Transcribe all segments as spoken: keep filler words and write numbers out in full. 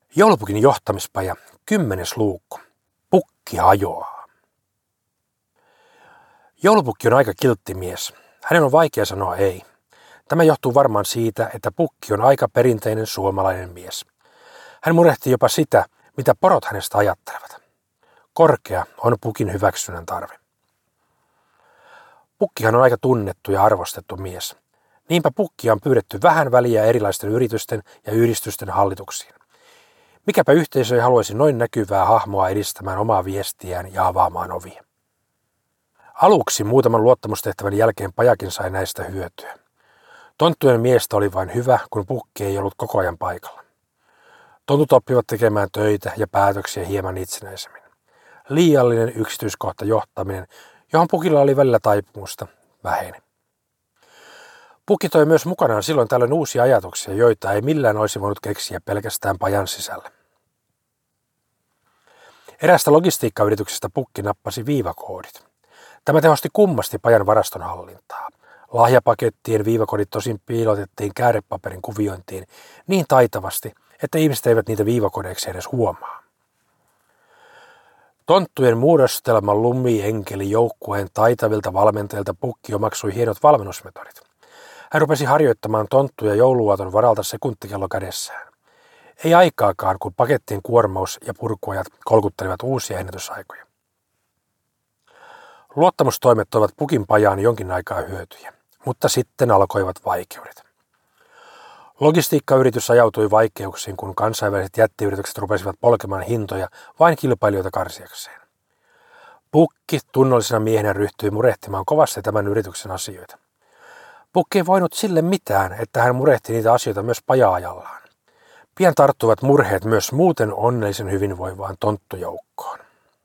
Joulupukin johtamispaja, kymmenes luukku. Pukki hajoaa. Joulupukki on aika kiltti mies. Hänen on vaikea sanoa ei. Tämä johtuu varmaan siitä, että Pukki on aika perinteinen suomalainen mies. Hän murehtii jopa sitä, mitä porot hänestä ajattelevat. Korkea on Pukin hyväksynnän tarve. Pukkihan on aika tunnettu ja arvostettu mies. Niinpä Pukkia on pyydetty vähän väliä erilaisten yritysten ja yhdistysten hallituksiin. Mikäpä yhteisö ei haluaisi noin näkyvää hahmoa edistämään omaa viestiään ja avaamaan ovia. Aluksi muutaman luottamustehtävän jälkeen pajakin sai näistä hyötyä. Tonttujen miestä oli vain hyvä, kun Pukki ei ollut koko ajan paikalla. Tontut oppivat tekemään töitä ja päätöksiä hieman itsenäisemmin. Liiallinen yksityiskohta johtaminen, johon Pukilla oli välillä taipumusta, väheni. Pukki toi myös mukanaan silloin tällöin uusia ajatuksia, joita ei millään olisi voinut keksiä pelkästään pajan sisällä. Eräästä logistiikkayrityksestä Pukki nappasi viivakoodit. Tämä tehosti kummasti pajan varaston hallintaa. Lahjapakettien viivakoodit tosin piilotettiin käärepaperin kuviointiin niin taitavasti, että ihmiset eivät niitä viivakodeiksi edes huomaa. Tonttujen muodostelman lumienkeli joukkueen taitavilta valmentajilta Pukki omaksui hienot valmennusmetodit. Hän rupesi harjoittamaan tonttuja jouluaaton varalta sekuntikello kädessään. Ei aikaakaan, kun pakettien kuormaus ja purkuajat kolkuttelivat uusia ennätysaikoja. Luottamustoimet toivat Pukin pajaan jonkin aikaa hyötyjä, mutta sitten alkoivat vaikeudet. Logistiikkayritys ajautui vaikeuksiin, kun kansainväliset jättiyritykset rupesivat polkemaan hintoja vain kilpailijoita karsiakseen. Pukki tunnollisena miehenä ryhtyi murehtimaan kovasti tämän yrityksen asioita. Pukki ei voinut sille mitään, että hän murehti niitä asioita myös paja-ajallaan. Pian tarttuivat murheet myös muuten onnellisen hyvinvoivaan tonttujoukkoon.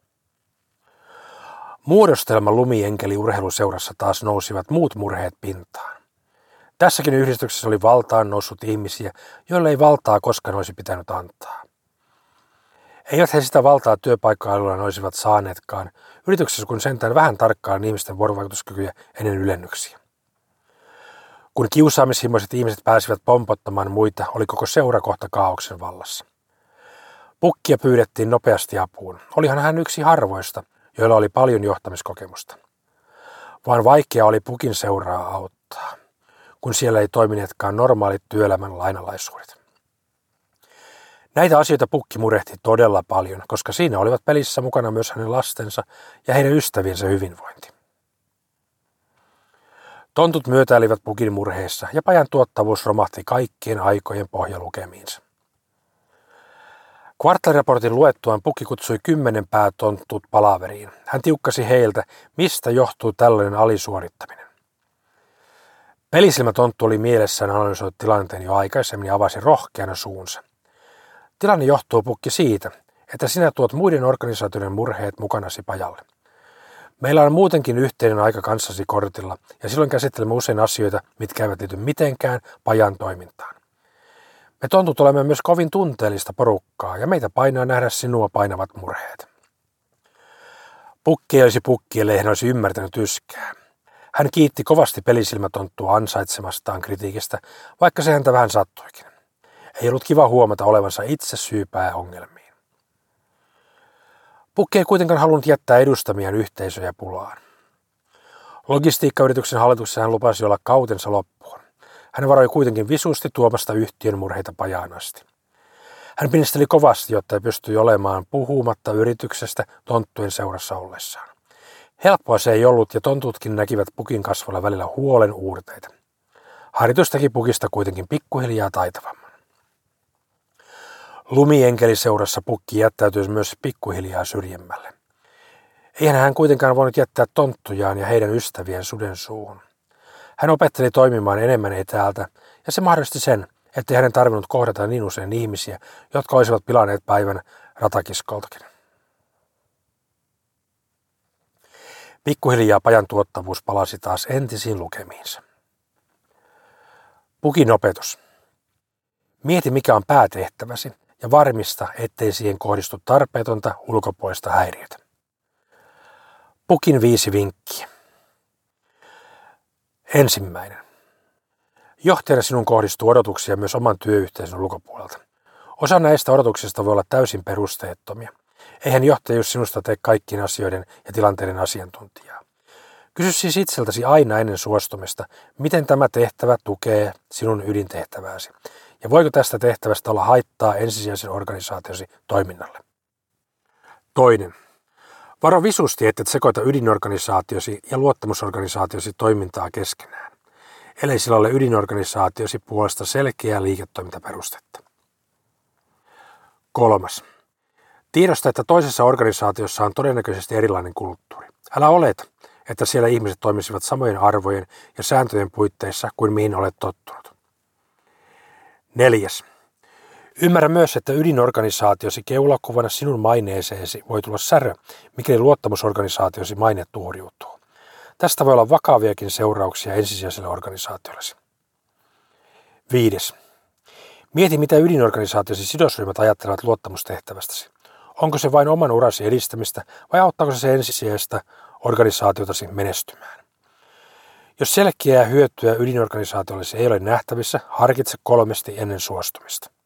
Muodostelma lumienkeli urheiluseurassa taas nousivat muut murheet pintaan. Tässäkin yhdistyksessä oli valtaan noussut ihmisiä, joille ei valtaa koskaan olisi pitänyt antaa. Eivät he sitä valtaa työpaikka-alueella olisivat saaneetkaan, yrityksessä kun sentään vähän tarkkaan ihmisten vuorovaikutuskykyjä ennen ylennyksiä. Kun kiusaamishimoiset ihmiset pääsivät pompottamaan muita, oli koko seura kohta kaaoksen vallassa. Pukkia pyydettiin nopeasti apuun. Olihan hän yksi harvoista, joilla oli paljon johtamiskokemusta. Vaan vaikea oli Pukin seuraa auttaa, kun siellä ei toimineetkaan normaalit työelämän lainalaisuudet. Näitä asioita Pukki murehti todella paljon, koska siinä olivat pelissä mukana myös hänen lastensa ja heidän ystäviensä hyvinvointi. Tontut myötäilivät Pukin murheissa ja pajan tuottavuus romahti kaikkien aikojen pohjalukemiinsa. Kvartaaliraportin luettuaan Pukki kutsui kymmenen päätonttut palaveriin. Hän tiukkasi heiltä, mistä johtuu tällainen alisuorittaminen. Pelisilmätonttu oli mielessään analysoinut tilanteen jo aikaisemmin ja avasi rohkeana suunsa. Tilanne johtuu, Pukki, siitä, että sinä tuot muiden organisaatioiden murheet mukanasi pajalle. Meillä on muutenkin yhteinen aika kanssasi kortilla ja silloin käsittelemme usein asioita, mitkä eivät liity mitenkään pajan toimintaan. Me tontut olemme myös kovin tunteellista porukkaa ja meitä painaa nähdä sinua painavat murheet. Pukki ei olisi Pukki, ellei hän olisi ymmärtänyt yskää. Hän kiitti kovasti pelisilmätonttua ansaitsemastaan kritiikistä, vaikka se häntä vähän sattuikin. Ei ollut kiva huomata olevansa itse syypää ongelmiin. Pukki ei kuitenkaan halunnut jättää edustamiaan yhteisöjä pulaan. Logistiikkayrityksen hallituksessa hän lupasi olla kautensa loppuun. Hän varoi kuitenkin visusti tuomasta yhtiön murheita pajaan asti. Hän pinisteli kovasti, jotta ei pystyi olemaan puhumatta yrityksestä tonttujen seurassa ollessaan. Helppoa se ei ollut ja tontutkin näkivät Pukin kasvoilla välillä huolen uurteita. Harjoitus teki Pukista kuitenkin pikkuhiljaa taitavamman. Lumienkeliseurassa Pukki jättäytyi myös pikkuhiljaa syrjemmälle. Eihän hän kuitenkaan voinut jättää tonttujaan ja heidän ystävien suden suuhun. Hän opetteli toimimaan enemmän etäältä ja se mahdollisti sen, ettei hänen tarvinnut kohdata niin usein ihmisiä, jotka olisivat pilanneet päivän ratakiskoltakin. Pikkuhiljaa pajan tuottavuus palasi taas entisiin lukemiinsa. Pukin opetus. Mieti, mikä on päätehtäväsi ja varmista, ettei siihen kohdistu tarpeetonta ulkopuolista häiriötä. Pukin viisi vinkkiä. Ensimmäinen. Johtajana sinun kohdistuu odotuksia myös oman työyhteisön ulkopuolelta. Osa näistä odotuksista voi olla täysin perusteettomia. Eihän johtajuus sinusta tee kaikkien asioiden ja tilanteiden asiantuntijaa. Kysy siis itseltäsi aina ennen suostumista, miten tämä tehtävä tukee sinun ydintehtävääsi, ja voiko tästä tehtävästä olla haittaa ensisijaisen organisaatiosi toiminnalle. Toinen. Varo visusti, että sekoita ydinorganisaatiosi ja luottamusorganisaatiosi toimintaa keskenään, ellei sillä ole ydinorganisaatiosi puolesta selkeää liiketoimintaperustetta. Kolmas. Tiedosta, että toisessa organisaatiossa on todennäköisesti erilainen kulttuuri. Älä oleta, että siellä ihmiset toimisivat samojen arvojen ja sääntöjen puitteissa kuin mihin olet tottunut. Neljäs. Ymmärrä myös, että ydinorganisaatiosi keulakuvana sinun maineeseesi voi tulla särö, mikäli luottamusorganisaatiosi maine tuhriutuu. Tästä voi olla vakaviakin seurauksia ensisijaiselle organisaatiollesi. Viides. Mieti, mitä ydinorganisaatiosi sidosryhmät ajattelevat luottamustehtävästäsi. Onko se vain oman urasi edistämistä vai auttaako se ensisijaista organisaatiotasi menestymään? Jos selkeää hyötyä ydinorganisaatiollesi ei ole nähtävissä, harkitse kolmesti ennen suostumista.